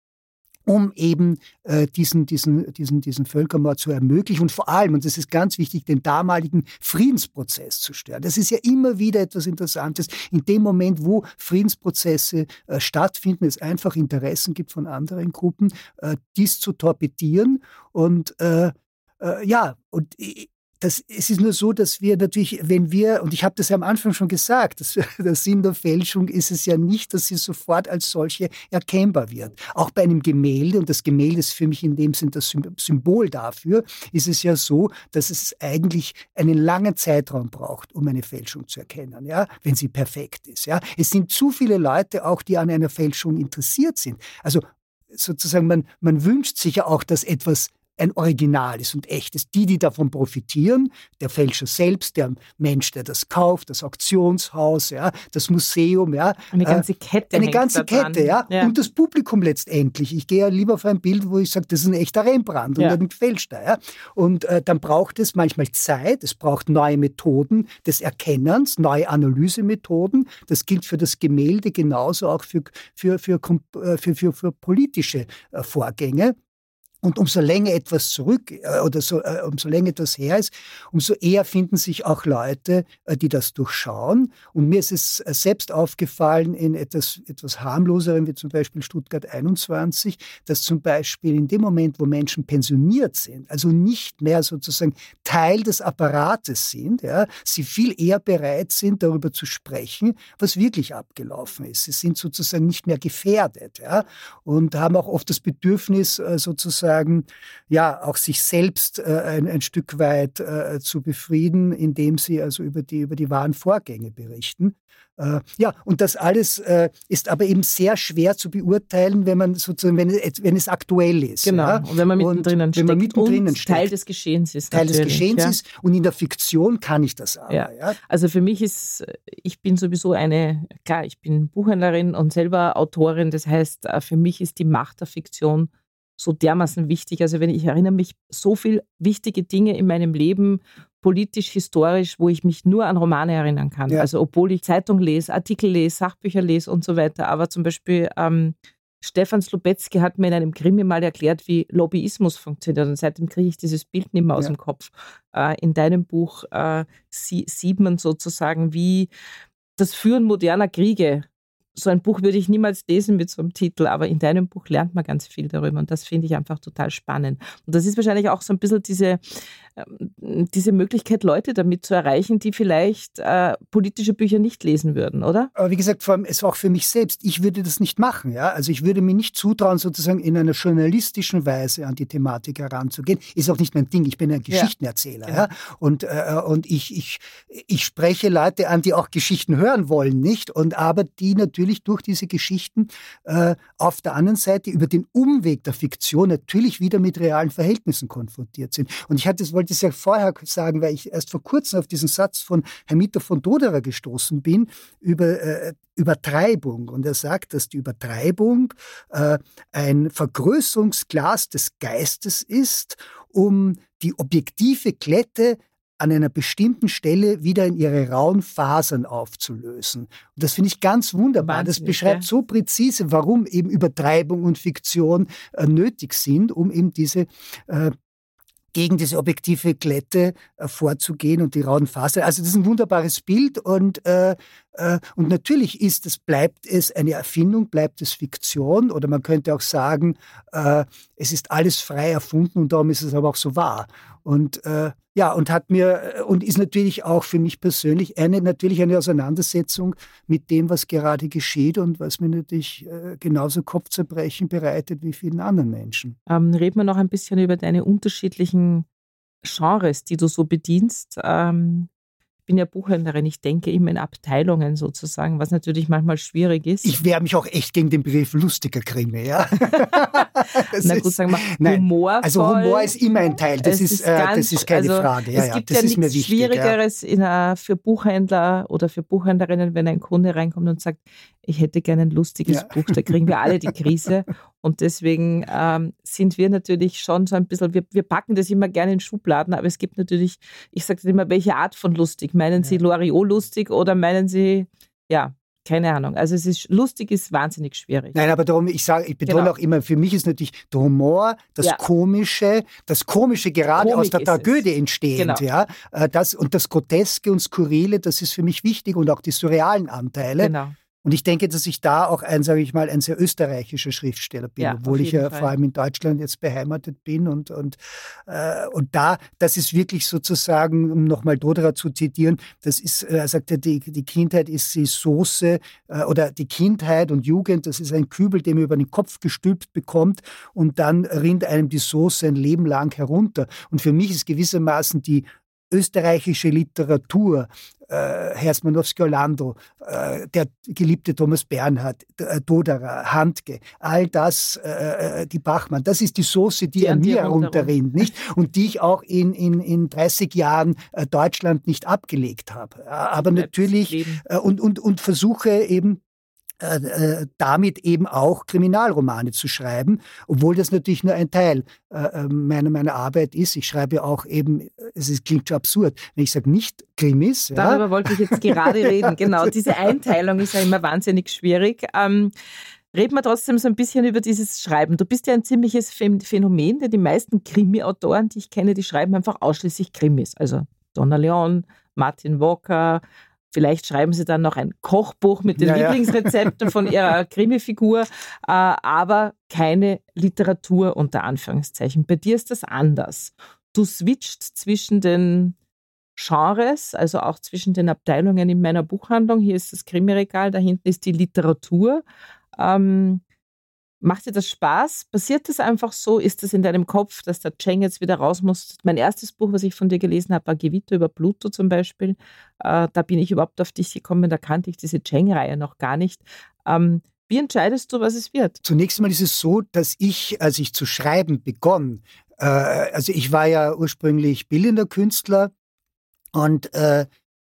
um eben äh, diesen, diesen, diesen, diesen Völkermord zu ermöglichen und vor allem, und das ist ganz wichtig, den damaligen Friedensprozess zu stören. Das ist ja immer wieder etwas Interessantes. In dem Moment, wo Friedensprozesse äh, stattfinden, es einfach Interessen gibt von anderen Gruppen, äh, dies zu torpedieren und äh, äh, ja, und das, es ist nur so, dass wir natürlich, wenn wir, und ich habe das ja am Anfang schon gesagt, dass, der Sinn der Fälschung ist es ja nicht, dass sie sofort als solche erkennbar wird. Auch bei einem Gemälde, und das Gemälde ist für mich in dem Sinn das Symbol dafür, ist es ja so, dass es eigentlich einen langen Zeitraum braucht, um eine Fälschung zu erkennen, ja, wenn sie perfekt ist. Ja. Es sind zu viele Leute auch, die an einer Fälschung interessiert sind. Also sozusagen, man, man wünscht sich ja auch, dass etwas ein Original ist und echt ist. Die, die davon profitieren, der Fälscher selbst, der Mensch, der das kauft, das Auktionshaus, ja, das Museum, ja. Eine ganze Kette. Eine ganze Kette, ja. ja. Und das Publikum letztendlich. Ich gehe ja lieber auf ein Bild, wo ich sage, das ist ein echter Rembrandt ja. und ein gefälschter. Ja. Und äh, dann braucht es manchmal Zeit, es braucht neue Methoden des Erkennens, neue Analysemethoden. Das gilt für das Gemälde genauso auch für, für, für, für, für, für, für politische äh, Vorgänge. Und umso länger etwas zurück oder so, äh, umso länger etwas her ist, umso eher finden sich auch Leute, äh, die das durchschauen. Und mir ist es äh, selbst aufgefallen in etwas, etwas harmloserem, wie zum Beispiel Stuttgart einundzwanzig, dass zum Beispiel in dem Moment, wo Menschen pensioniert sind, also nicht mehr sozusagen Teil des Apparates sind, ja, sie viel eher bereit sind, darüber zu sprechen, was wirklich abgelaufen ist. Sie sind sozusagen nicht mehr gefährdet, ja, und haben auch oft das Bedürfnis, äh, sozusagen ja, auch sich selbst äh, ein, ein Stück weit äh, zu befrieden, indem sie also über die, über die wahren Vorgänge berichten. Äh, ja, und das alles äh, ist aber eben sehr schwer zu beurteilen, wenn man sozusagen, wenn es, wenn es aktuell ist. Genau, ja? und wenn man mittendrin steckt, man mittendrin und steckt. Teil des Geschehens ist. Teil des Geschehens ja. ist, und in der Fiktion kann ich das aber. Ja. Ja? Also für mich ist, ich bin sowieso eine, klar, ich bin Buchhändlerin und selber Autorin, das heißt, für mich ist die Macht der Fiktion so dermaßen wichtig. Also wenn ich erinnere mich, so viele wichtige Dinge in meinem Leben, politisch, historisch, wo ich mich nur an Romane erinnern kann. Ja. Also obwohl ich Zeitung lese, Artikel lese, Sachbücher lese und so weiter. Aber zum Beispiel ähm, Stefan Slobetzky hat mir in einem Krimi mal erklärt, wie Lobbyismus funktioniert. Und seitdem kriege ich dieses Bild nicht mehr aus ja. dem Kopf. Äh, in deinem Buch äh, sie, sieht man sozusagen, wie das Führen moderner Kriege. So ein Buch würde ich niemals lesen mit so einem Titel, aber in deinem Buch lernt man ganz viel darüber und das finde ich einfach total spannend. Und das ist wahrscheinlich auch so ein bisschen diese, diese Möglichkeit, Leute damit zu erreichen, die vielleicht äh, politische Bücher nicht lesen würden, oder? Aber wie gesagt, vor allem, es war auch für mich selbst, ich würde das nicht machen. Ja? Also ich würde mir nicht zutrauen, sozusagen in einer journalistischen Weise an die Thematik heranzugehen. Ist auch nicht mein Ding, ich bin ein Geschichtenerzähler. Ja. Ja? Und, äh, und ich, ich, ich spreche Leute an, die auch Geschichten hören wollen, nicht? Und aber die natürlich durch diese Geschichten äh, auf der anderen Seite über den Umweg der Fiktion natürlich wieder mit realen Verhältnissen konfrontiert sind. Und ich hatte, das wollte es ja vorher sagen, weil ich erst vor kurzem auf diesen Satz von Hermita von Doderer gestoßen bin über äh, Übertreibung. Und er sagt, dass die Übertreibung äh, ein Vergrößerungsglas des Geistes ist, um die objektive Glätte an einer bestimmten Stelle wieder in ihre rauen Fasern aufzulösen. Und das finde ich ganz wunderbar. Wahnsinnig, das beschreibt ja. so präzise, warum eben Übertreibung und Fiktion äh, nötig sind, um eben diese äh, gegen diese objektive Glätte äh, vorzugehen und die rauen Fasern. Also das ist ein wunderbares Bild und, äh, äh, und natürlich ist es, bleibt es eine Erfindung, bleibt es Fiktion oder man könnte auch sagen, äh, es ist alles frei erfunden und darum ist es aber auch so wahr. Und äh, ja, und hat mir und ist natürlich auch für mich persönlich eine natürlich eine Auseinandersetzung mit dem, was gerade geschieht und was mir natürlich äh, genauso Kopfzerbrechen bereitet wie vielen anderen Menschen. Ähm, reden wir noch ein bisschen über deine unterschiedlichen Genres, die du so bedienst. Ähm, ich bin ja Buchhändlerin, ich denke immer in Abteilungen sozusagen, was natürlich manchmal schwierig ist. Ich wehre mich auch echt gegen den Begriff lustiger Krimi, ja. Na gut, sagen wir, humorvoll. Also Humor ist immer ein Teil, das, ist, ist, äh, ganz, das ist keine also Frage. Ja, es gibt ja, das ja ist mir nichts wichtig, Schwierigeres ja. in einer, für Buchhändler oder für Buchhändlerinnen, wenn ein Kunde reinkommt und sagt, ich hätte gerne ein lustiges ja. Buch, da kriegen wir alle die Krise. Und deswegen ähm, sind wir natürlich schon so ein bisschen, wir, wir packen das immer gerne in Schubladen, aber es gibt natürlich, ich sage immer, welche Art von lustig? Meinen Sie ja. Loriot lustig oder meinen Sie, ja, keine Ahnung. Also es ist, lustig ist wahnsinnig schwierig. Nein, aber darum, ich sage, ich betone genau. auch immer, für mich ist natürlich der Humor, das ja. Komische, das Komische gerade Komik aus der Tragödie entstehend, genau. ja. Das, und das Groteske und Skurrile, das ist für mich wichtig und auch die surrealen Anteile. Genau. Und ich denke, dass ich da auch ein, sage ich mal, ein sehr österreichischer Schriftsteller bin, Ja, obwohl ich ja Fall. vor allem in Deutschland jetzt beheimatet bin. Und, und, äh, und da, das ist wirklich sozusagen, um nochmal Doderer zu zitieren, das ist, er sagte, die, die Kindheit ist die Soße äh, oder die Kindheit und Jugend, das ist ein Kübel, den man über den Kopf gestülpt bekommt und dann rinnt einem die Soße ein Leben lang herunter. Und für mich ist gewissermaßen die österreichische Literatur, äh, Herzmanowski Orlando, äh, der geliebte Thomas Bernhard, äh, Doderer, Handke, all das, äh, die Bachmann, das ist die Soße, die, die an mir herunterrinnt, nicht? Und die ich auch in, in, in dreißig Jahren äh, Deutschland nicht abgelegt habe. Aber natürlich, äh, und, und, und versuche eben, Äh, damit eben auch Kriminalromane zu schreiben, obwohl das natürlich nur ein Teil äh, meiner, meiner Arbeit ist. Ich schreibe auch eben, es ist, klingt schon absurd, wenn ich sage nicht Krimis. Ja. Darüber wollte ich jetzt gerade reden, genau. Diese Einteilung ist ja immer wahnsinnig schwierig. Ähm, Reden wir trotzdem so ein bisschen über dieses Schreiben. Du bist ja ein ziemliches Phänomen, denn die meisten Krimi-Autoren, die ich kenne, die schreiben einfach ausschließlich Krimis. Also Donna Leon, Martin Walker. Vielleicht schreiben Sie dann noch ein Kochbuch mit den ja, Lieblingsrezepten ja. von Ihrer Krimi-Figur, äh, aber keine Literatur unter Anführungszeichen. Bei dir ist das anders. Du switcht zwischen den Genres, also auch zwischen den Abteilungen in meiner Buchhandlung. Hier ist das Krimi-Regal, da hinten ist die Literatur. Ähm, Macht dir das Spaß? Passiert das einfach so? Ist das in deinem Kopf, dass der Cheng jetzt wieder raus muss? Mein erstes Buch, was ich von dir gelesen habe, war Gewitter über Pluto zum Beispiel. Äh, da bin ich überhaupt auf dich gekommen, da kannte ich diese Cheng-Reihe noch gar nicht. Ähm, wie entscheidest du, was es wird? Zunächst einmal ist es so, dass ich, als ich zu schreiben begonnen, äh, also ich war ja ursprünglich bildender Künstler und äh,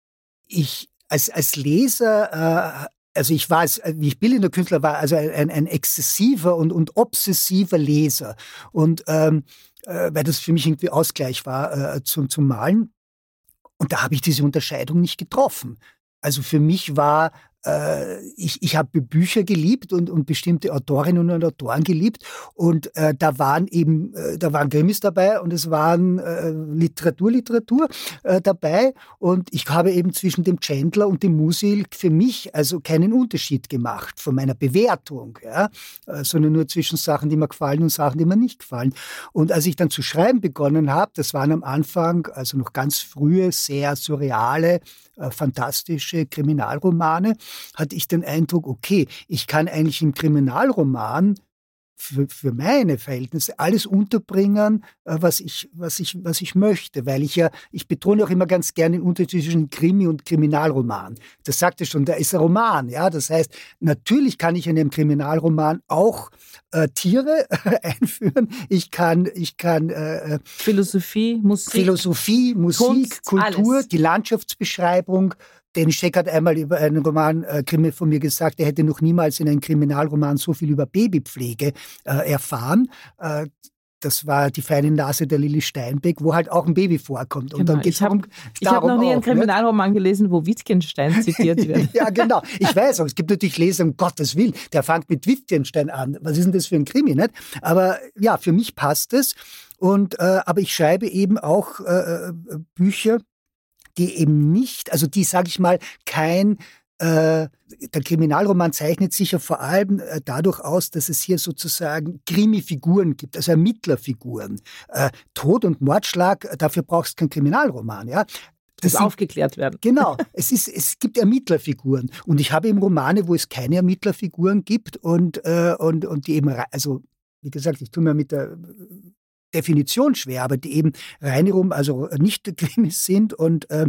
ich als, als Leser äh, Also ich war, wie ich bildender Künstler war, also ein, ein exzessiver und, und obsessiver Leser. Und ähm, äh, weil das für mich irgendwie Ausgleich war äh, zum, zum Malen. Und da habe ich diese Unterscheidung nicht getroffen. Also für mich war, äh, ich, ich habe Bücher geliebt und, und bestimmte Autorinnen und Autoren geliebt. Und äh, da waren eben, äh, da waren Krimis dabei und es waren äh, Literatur, Literatur äh, dabei. Und ich habe eben zwischen dem Chandler und dem Musil für mich also keinen Unterschied gemacht von meiner Bewertung, ja, äh, sondern nur zwischen Sachen, die mir gefallen und Sachen, die mir nicht gefallen. Und als ich dann zu schreiben begonnen habe, das waren am Anfang, also noch ganz frühe, sehr surreale, äh, fantastische Kriminalromane, hatte ich den Eindruck, okay, ich kann eigentlich im Kriminalroman für, für meine Verhältnisse alles unterbringen, was ich, was ich, was ich möchte, weil ich ja, ich betone auch immer ganz gerne den Unterschied zwischen Krimi und Kriminalroman. Das sagte schon, da ist ein Roman, ja, das heißt, natürlich kann ich in einem Kriminalroman auch äh, Tiere einführen, ich kann, ich kann äh, Philosophie, Musik, Philosophie, Musik, Kunst, Kultur, alles. Die Landschaftsbeschreibung. Dennis Scheck hat einmal über einen Roman äh, Krimi von mir gesagt, er hätte noch niemals in einem Kriminalroman so viel über Babypflege äh, erfahren. Äh, das war Die feine Nase der Lili Steinbeck, wo halt auch ein Baby vorkommt. Und genau. dann geht's ich habe hab noch nie einen Kriminalroman ne? gelesen, wo Wittgenstein zitiert wird. Ja, genau. Ich weiß auch, es gibt natürlich Leser, um Gottes Willen, der fängt mit Wittgenstein an. Was ist denn das für ein Krimi, nicht? Aber ja, für mich passt es. Und, äh, aber ich schreibe eben auch äh, Bücher, die eben nicht, also die, sage ich mal, kein, äh, der Kriminalroman zeichnet sich ja vor allem äh, dadurch aus, dass es hier sozusagen Krimi-Figuren gibt, also Ermittlerfiguren. Äh, Tod und Mordschlag, dafür brauchst du keinen Kriminalroman, ja. Das muss aufgeklärt werden. Genau, es, ist, es gibt Ermittlerfiguren und ich habe eben Romane, wo es keine Ermittlerfiguren gibt und, äh, und, und die eben, also wie gesagt, ich tue mir mit der Definition schwer, aber die eben rein rum, also nicht Krimis sind und äh,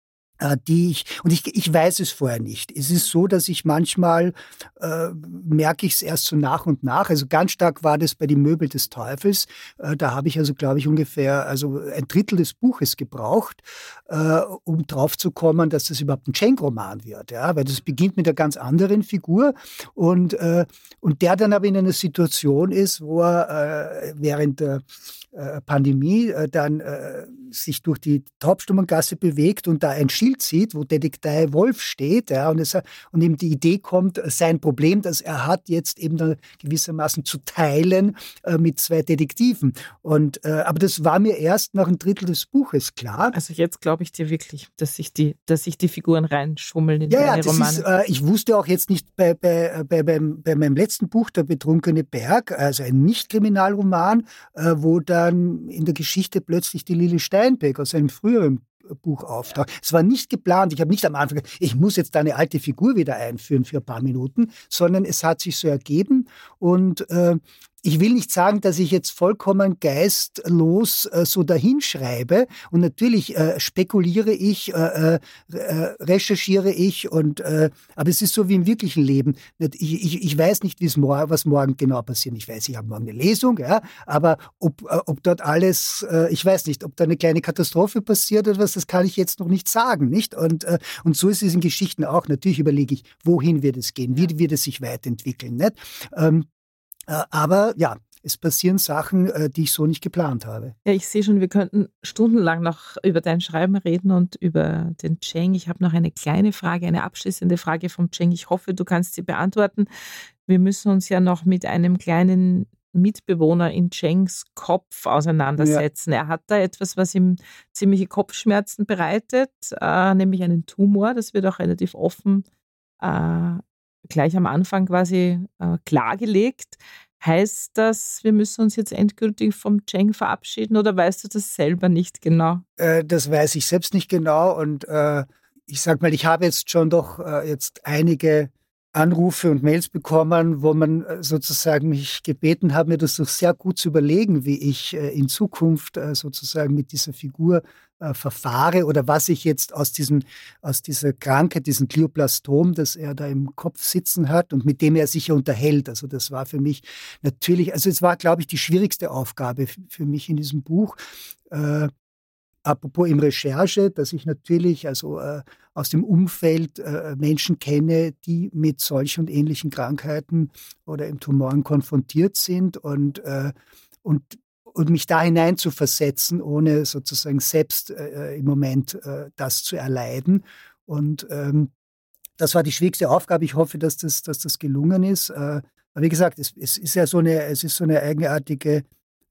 die ich, und ich, ich weiß es vorher nicht. Es ist so, dass ich manchmal, äh, merke ich es erst so nach und nach, also ganz stark war das bei Die Möbel des Teufels, äh, da habe ich also, glaube ich, ungefähr also ein Drittel des Buches gebraucht, äh, um drauf zu kommen, dass das überhaupt ein Schenk-Roman wird, ja, weil das beginnt mit einer ganz anderen Figur und, äh, und der dann aber in einer Situation ist, wo er äh, während der äh, Pandemie äh, dann äh, sich durch die Taubstummengasse bewegt und da ein Schild sieht, wo Detektei Wolf steht, ja, und, es, und ihm die Idee kommt, sein Problem, das er hat, jetzt eben da gewissermaßen zu teilen äh, mit zwei Detektiven. Und, äh, aber das war mir erst nach einem Drittel des Buches klar. Also jetzt glaube ich dir wirklich, dass sich die, dass sich die Figuren reinschummeln in ja, deine ja, das Romane. Ist, äh, ich wusste auch jetzt nicht bei, bei, bei, beim, bei meinem letzten Buch, Der betrunkene Berg, also ein Nicht-Kriminalroman, äh, wo dann in der Geschichte plötzlich die Lili Steinbeck aus einem früheren Buch auftaucht. Es war nicht geplant. Ich habe nicht am Anfang gesagt, ich muss jetzt da eine alte Figur wieder einführen für ein paar Minuten, sondern es hat sich so ergeben. Und äh, ich will nicht sagen, dass ich jetzt vollkommen geistlos äh, so dahinschreibe. Und natürlich äh, spekuliere ich, äh, äh, recherchiere ich. Und, äh, aber es ist so wie im wirklichen Leben. Ich, ich, ich weiß nicht, wie's mor- was morgen genau passiert. Ich weiß, ich habe morgen eine Lesung, ja, aber ob, äh, ob dort alles, äh, ich weiß nicht, ob da eine kleine Katastrophe passiert oder was, das kann ich jetzt noch nicht sagen. Nicht? Und, äh, und so ist es in Geschichten auch. Natürlich überlege ich, wohin wird es gehen, wie wird es sich weiterentwickeln. Nicht? Ähm, Aber ja, es passieren Sachen, die ich so nicht geplant habe. Ja, ich sehe schon, wir könnten stundenlang noch über dein Schreiben reden und über den Cheng. Ich habe noch eine kleine Frage, eine abschließende Frage vom Cheng. Ich hoffe, du kannst sie beantworten. Wir müssen uns ja noch mit einem kleinen Mitbewohner in Chengs Kopf auseinandersetzen. Ja. Er hat da etwas, was ihm ziemliche Kopfschmerzen bereitet, äh, nämlich einen Tumor. Das wird auch relativ offen äh, gleich am Anfang quasi äh, klargelegt. Heißt das, wir müssen uns jetzt endgültig vom Cheng verabschieden oder weißt du das selber nicht genau? Äh, das weiß ich selbst nicht genau und äh, ich sag mal, ich habe jetzt schon doch äh, jetzt einige Anrufe und Mails bekommen, wo man sozusagen mich gebeten hat, mir das doch sehr gut zu überlegen, wie ich äh, in Zukunft äh, sozusagen mit dieser Figur äh, verfahre oder was ich jetzt aus, diesem, aus dieser Krankheit, diesem Glioblastom, das er da im Kopf sitzen hat und mit dem er sich unterhält. Also das war für mich natürlich, also es war, glaube ich, die schwierigste Aufgabe f- für mich in diesem Buch. Äh, Apropos im Recherche, dass ich natürlich also äh, aus dem Umfeld äh, Menschen kenne, die mit solchen und ähnlichen Krankheiten oder im Tumoren konfrontiert sind und, äh, und, und mich da hinein zu versetzen, ohne sozusagen selbst äh, im Moment äh, das zu erleiden. Und ähm, das war die schwierigste Aufgabe. Ich hoffe, dass das, dass das gelungen ist. Äh, aber wie gesagt, es, es ist ja so eine, es ist so eine eigenartige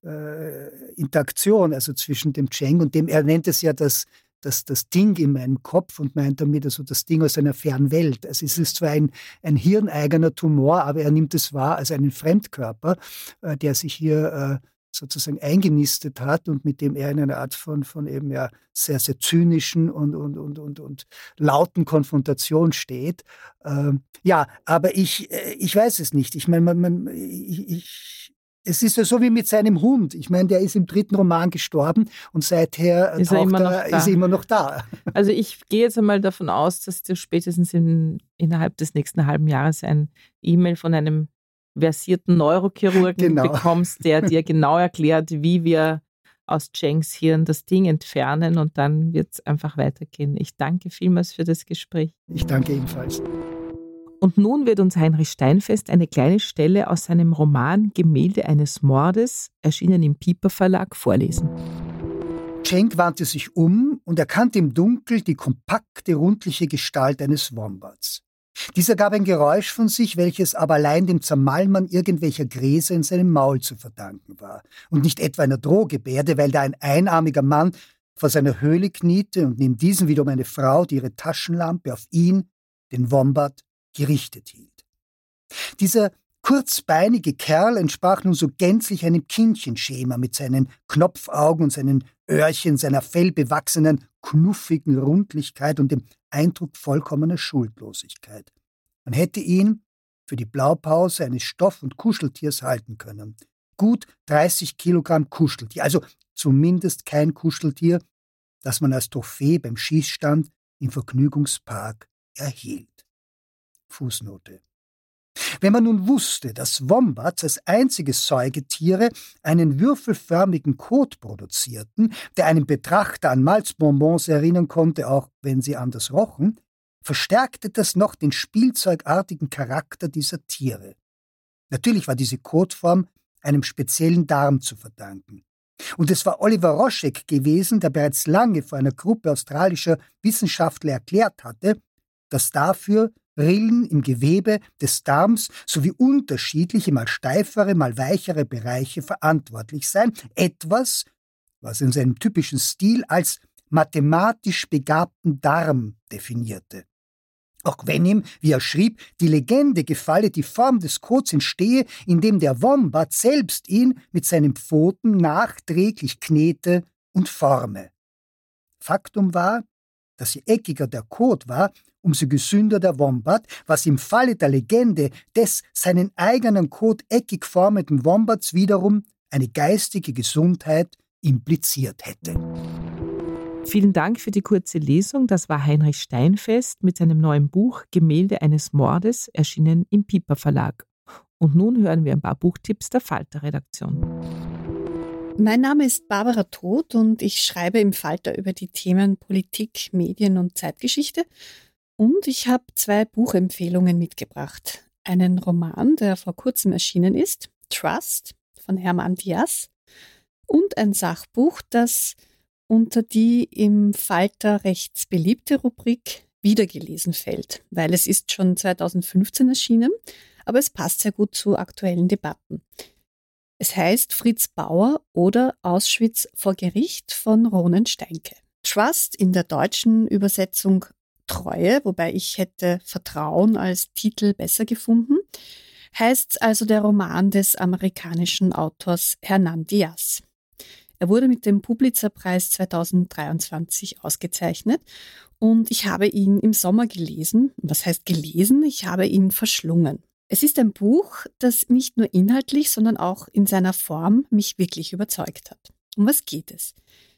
Äh, Interaktion, also zwischen dem Cheng und dem, er nennt es ja das, das, das Ding in meinem Kopf und meint damit also das Ding aus einer fernen Welt. Also es ist zwar ein, ein hirneigener Tumor, aber er nimmt es wahr als einen Fremdkörper, äh, der sich hier äh, sozusagen eingenistet hat und mit dem er in einer Art von, von eben ja sehr, sehr zynischen und, und, und, und, und lauten Konfrontation steht. Ähm, ja, aber ich, ich weiß es nicht. Ich meine, man, man, ich, ich Es ist ja so wie mit seinem Hund. Ich meine, der ist im dritten Roman gestorben und seither ist er immer, er, ist er immer noch da. Also ich gehe jetzt einmal davon aus, dass du spätestens in, innerhalb des nächsten halben Jahres ein E-Mail von einem versierten Neurochirurgen genau. bekommst, der dir genau erklärt, wie wir aus Chengs Hirn das Ding entfernen und dann wird es einfach weitergehen. Ich danke vielmals für das Gespräch. Ich danke ebenfalls. Und nun wird uns Heinrich Steinfest eine kleine Stelle aus seinem Roman Gemälde eines Mordes, erschienen im Piper Verlag, vorlesen. Cheng wandte sich um und erkannte im Dunkel die kompakte, rundliche Gestalt eines Wombats. Dieser gab ein Geräusch von sich, welches aber allein dem Zermalmern irgendwelcher Gräser in seinem Maul zu verdanken war und nicht etwa einer Drohgebärde, weil da ein einarmiger Mann vor seiner Höhle kniete und neben diesem wiederum eine Frau, die ihre Taschenlampe auf ihn, den Wombat, gerichtet hielt. Dieser kurzbeinige Kerl entsprach nun so gänzlich einem Kindchenschema mit seinen Knopfaugen und seinen Öhrchen, seiner fellbewachsenen, knuffigen Rundlichkeit und dem Eindruck vollkommener Schuldlosigkeit. Man hätte ihn für die Blaupause eines Stoff- und Kuscheltiers halten können. Gut dreißig Kilogramm Kuscheltier, also zumindest kein Kuscheltier, das man als Trophäe beim Schießstand im Vergnügungspark erhielt. Fußnote. Wenn man nun wusste, dass Wombats als einzige Säugetiere einen würfelförmigen Kot produzierten, der einen Betrachter an Malzbonbons erinnern konnte, auch wenn sie anders rochen, verstärkte das noch den spielzeugartigen Charakter dieser Tiere. Natürlich war diese Kotform einem speziellen Darm zu verdanken. Und es war Oliver Roschek gewesen, der bereits lange vor einer Gruppe australischer Wissenschaftler erklärt hatte, dass dafür Rillen im Gewebe des Darms sowie unterschiedliche, mal steifere, mal weichere Bereiche verantwortlich seien. Etwas, was in seinem typischen Stil als mathematisch begabten Darm definierte. Auch wenn ihm, wie er schrieb, die Legende gefalle, die Form des Kots entstehe, indem der Wombat selbst ihn mit seinen Pfoten nachträglich knete und forme. Faktum war, dass je eckiger der Kot war, umso gesünder der Wombat, was im Falle der Legende des seinen eigenen Kot eckig formenden Wombats wiederum eine geistige Gesundheit impliziert hätte. Vielen Dank für die kurze Lesung. Das war Heinrich Steinfest mit seinem neuen Buch Gemälde eines Mordes, erschienen im Piper Verlag. Und nun hören wir ein paar Buchtipps der Falter-Redaktion. Mein Name ist Barbara Todt und ich schreibe im Falter über die Themen Politik, Medien und Zeitgeschichte. Und ich habe zwei Buchempfehlungen mitgebracht. Einen Roman, der vor kurzem erschienen ist, Trust von Hermann Diaz, und ein Sachbuch, das unter die im Falter recht beliebte Rubrik Wiedergelesen fällt, weil es ist schon zweitausendfünfzehn erschienen, aber es passt sehr gut zu aktuellen Debatten. Es heißt Fritz Bauer oder Auschwitz vor Gericht von Ronen Steinke. Trust in der deutschen Übersetzung Treue, wobei ich hätte Vertrauen als Titel besser gefunden, heißt also der Roman des amerikanischen Autors Hernan Diaz. Er wurde mit dem Pulitzer-Preis zweitausenddreiundzwanzig ausgezeichnet und ich habe ihn im Sommer gelesen. Was heißt gelesen? Ich habe ihn verschlungen. Es ist ein Buch, das nicht nur inhaltlich, sondern auch in seiner Form mich wirklich überzeugt hat. Um was geht es?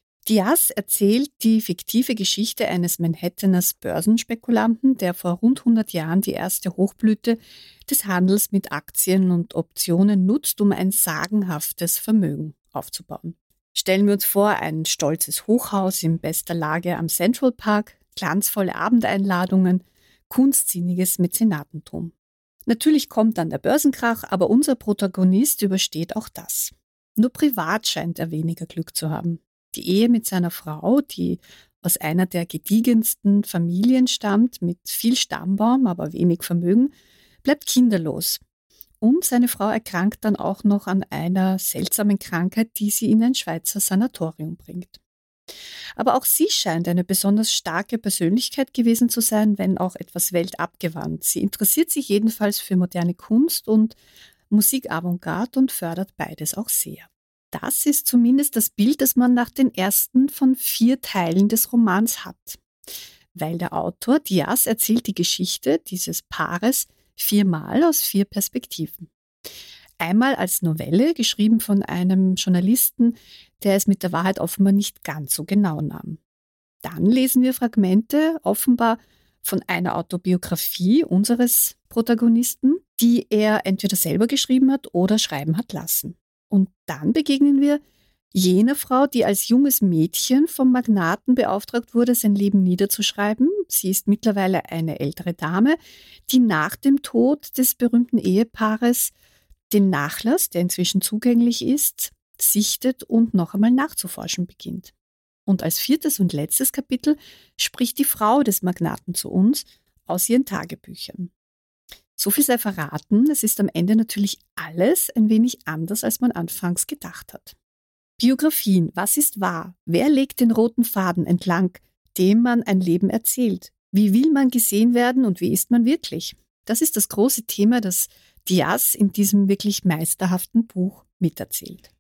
Diaz erzählt die fiktive Geschichte eines Manhattaners Börsenspekulanten, der vor rund hundert Jahren die erste Hochblüte des Handels mit Aktien und Optionen nutzt, um ein sagenhaftes Vermögen aufzubauen. Stellen wir uns vor, ein stolzes Hochhaus in bester Lage am Central Park, glanzvolle Abendeinladungen, kunstsinniges Mäzenatentum. Natürlich kommt dann der Börsenkrach, aber unser Protagonist übersteht auch das. Nur privat scheint er weniger Glück zu haben. Die Ehe mit seiner Frau, die aus einer der gediegensten Familien stammt, mit viel Stammbaum, aber wenig Vermögen, bleibt kinderlos. Und seine Frau erkrankt dann auch noch an einer seltsamen Krankheit, die sie in ein Schweizer Sanatorium bringt. Aber auch sie scheint eine besonders starke Persönlichkeit gewesen zu sein, wenn auch etwas weltabgewandt. Sie interessiert sich jedenfalls für moderne Kunst und Musik-Avantgarde und fördert beides auch sehr. Das ist zumindest das Bild, das man nach den ersten von vier Teilen des Romans hat. Weil der Autor Diaz erzählt die Geschichte dieses Paares viermal aus vier Perspektiven. Einmal als Novelle, geschrieben von einem Journalisten, der es mit der Wahrheit offenbar nicht ganz so genau nahm. Dann lesen wir Fragmente, offenbar von einer Autobiografie unseres Protagonisten, die er entweder selber geschrieben hat oder schreiben hat lassen. Und dann begegnen wir jener Frau, die als junges Mädchen vom Magnaten beauftragt wurde, sein Leben niederzuschreiben. Sie ist mittlerweile eine ältere Dame, die nach dem Tod des berühmten Ehepaares den Nachlass, der inzwischen zugänglich ist, sichtet und noch einmal nachzuforschen beginnt. Und als viertes und letztes Kapitel spricht die Frau des Magnaten zu uns aus ihren Tagebüchern. So viel sei verraten, es ist am Ende natürlich alles ein wenig anders, als man anfangs gedacht hat. Biografien, was ist wahr? Wer legt den roten Faden entlang, dem man ein Leben erzählt? Wie will man gesehen werden und wie ist man wirklich? Das ist das große Thema, das Diaz in diesem wirklich meisterhaften Buch miterzählt.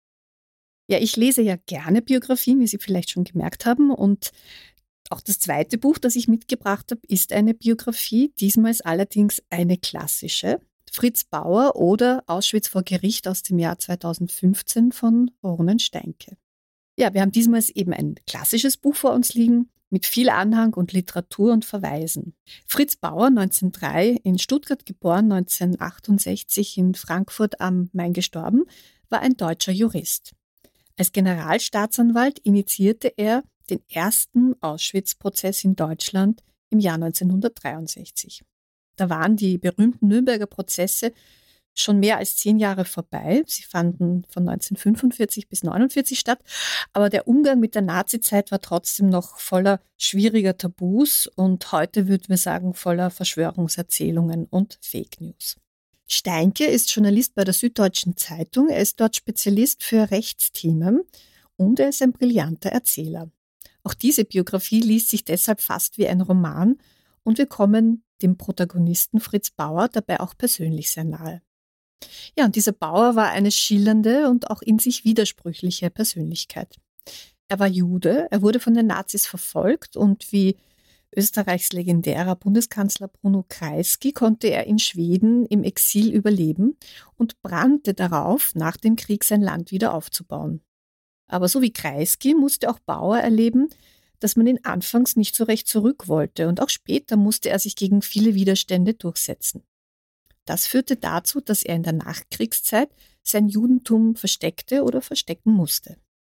Ja, ich lese ja gerne Biografien, wie Sie vielleicht schon gemerkt haben, und auch das zweite Buch, das ich mitgebracht habe, ist eine Biografie, diesmal allerdings eine klassische. Fritz Bauer oder Auschwitz vor Gericht aus dem Jahr zweitausendfünfzehn von Ronen Steinke. Ja, wir haben diesmal eben ein klassisches Buch vor uns liegen, mit viel Anhang und Literatur und Verweisen. Fritz Bauer, neunzehnhundertdrei, in Stuttgart geboren, neunzehnhundertachtundsechzig in Frankfurt am Main gestorben, war ein deutscher Jurist. Als Generalstaatsanwalt initiierte er den ersten Auschwitz-Prozess in Deutschland im Jahr neunzehnhundertdreiundsechzig. Da waren die berühmten Nürnberger Prozesse schon mehr als zehn Jahre vorbei. Sie fanden von neunzehnhundertfünfundvierzig bis neunundvierzig statt. Aber der Umgang mit der Nazizeit war trotzdem noch voller schwieriger Tabus und heute würden wir sagen voller Verschwörungserzählungen und Fake News. Steinke ist Journalist bei der Süddeutschen Zeitung. Er ist dort Spezialist für Rechtsthemen und er ist ein brillanter Erzähler. Auch diese Biografie liest sich deshalb fast wie ein Roman und wir kommen dem Protagonisten Fritz Bauer dabei auch persönlich sehr nahe. Ja, und dieser Bauer war eine schillernde und auch in sich widersprüchliche Persönlichkeit. Er war Jude, er wurde von den Nazis verfolgt und wie Österreichs legendärer Bundeskanzler Bruno Kreisky konnte er in Schweden im Exil überleben und brannte darauf, nach dem Krieg sein Land wieder aufzubauen. Aber so wie Kreisky musste auch Bauer erleben, dass man ihn anfangs nicht so recht zurück wollte und auch später musste er sich gegen viele Widerstände durchsetzen. Das führte dazu, dass er in der Nachkriegszeit sein Judentum versteckte oder verstecken musste.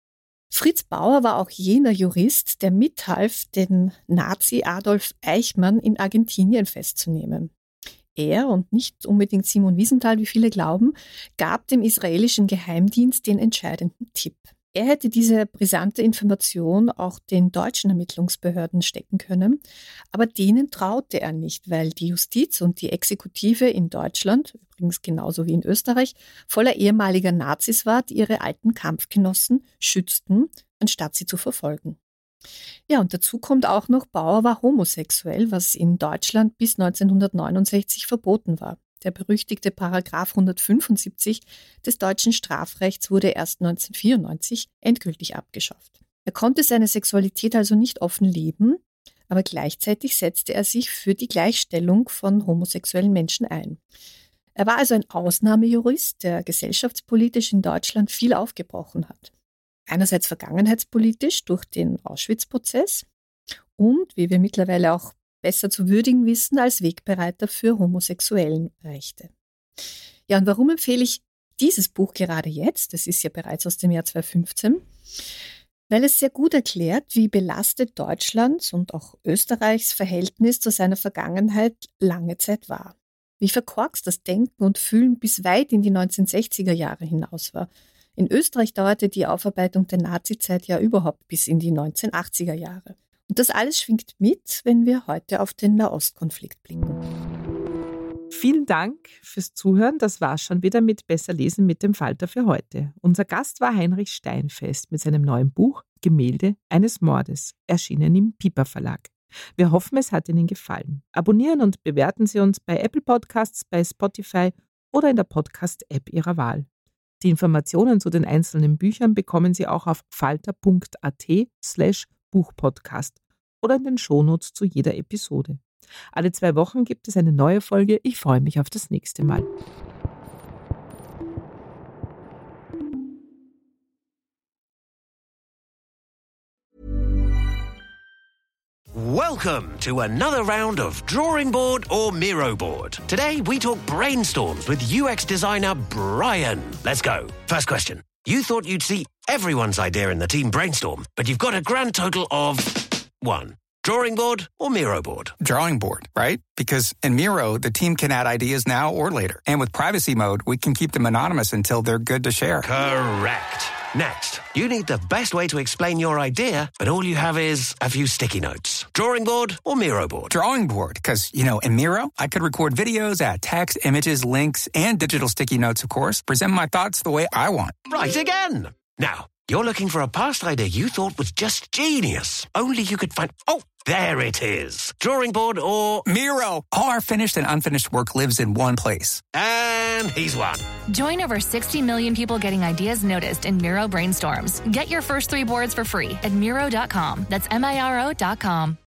Fritz Bauer war auch jener Jurist, der mithalf, den Nazi Adolf Eichmann in Argentinien festzunehmen. Er und nicht unbedingt Simon Wiesenthal, wie viele glauben, gab dem israelischen Geheimdienst den entscheidenden Tipp. Er hätte diese brisante Information auch den deutschen Ermittlungsbehörden stecken können, aber denen traute er nicht, weil die Justiz und die Exekutive in Deutschland, übrigens genauso wie in Österreich, voller ehemaliger Nazis war, die ihre alten Kampfgenossen schützten, anstatt sie zu verfolgen. Ja, und dazu kommt auch noch, Bauer war homosexuell, was in Deutschland bis neunzehnhundertneunundsechzig verboten war. Der berüchtigte Paragraph hundertfünfundsiebzig des deutschen Strafrechts wurde erst neunzehnhundertvierundneunzig endgültig abgeschafft. Er konnte seine Sexualität also nicht offen leben, aber gleichzeitig setzte er sich für die Gleichstellung von homosexuellen Menschen ein. Er war also ein Ausnahmejurist, der gesellschaftspolitisch in Deutschland viel aufgebrochen hat. Einerseits vergangenheitspolitisch durch den Auschwitz-Prozess und, wie wir mittlerweile auch besser zu würdigen wissen, als Wegbereiter für homosexuellen Rechte. Ja, und warum empfehle ich dieses Buch gerade jetzt? Das ist ja bereits aus dem Jahr zweitausendfünfzehn. Weil es sehr gut erklärt, wie belastet Deutschlands und auch Österreichs Verhältnis zu seiner Vergangenheit lange Zeit war. Wie verkorkst das Denken und Fühlen bis weit in die neunzehnhundertsechziger Jahre hinaus war. In Österreich dauerte die Aufarbeitung der Nazizeit ja überhaupt bis in die neunzehnhundertachtziger Jahre. Und das alles schwingt mit, wenn wir heute auf den Nahostkonflikt blicken. Vielen Dank fürs Zuhören. Das war's schon wieder mit Besser lesen mit dem Falter für heute. Unser Gast war Heinrich Steinfest mit seinem neuen Buch Gemälde eines Mordes, erschienen im Piper Verlag. Wir hoffen, es hat Ihnen gefallen. Abonnieren und bewerten Sie uns bei Apple Podcasts, bei Spotify oder in der Podcast-App Ihrer Wahl. Die Informationen zu den einzelnen Büchern bekommen Sie auch auf falter.at slash Buchpodcast oder in den Shownotes zu jeder Episode. Alle zwei Wochen gibt es eine neue Folge. Ich freue mich auf das nächste Mal. Welcome to another round of Drawing Board or Miro Board. Today we talk brainstorms with U X designer Brian. Let's go. First question. You thought you'd see everyone's idea in the team brainstorm, but you've got a grand total of one. Drawing board or Miro board? Drawing board, right? Because in Miro, the team can add ideas now or later. And with privacy mode, we can keep them anonymous until they're good to share. Correct. Next, you need the best way to explain your idea, but all you have is a few sticky notes. Drawing board or Miro board? Drawing board, because, you know, in Miro, I could record videos, add text, images, links, and digital sticky notes, of course, present my thoughts the way I want. Right again. Now, you're looking for a past idea you thought was just genius. Only you could find... Oh, there it is. Drawing board or... Miro. All our finished and unfinished work lives in one place. And he's won. Join over sixty million people getting ideas noticed in Miro Brainstorms. Get your first three boards for free at Miro dot com. That's M I R O dot com.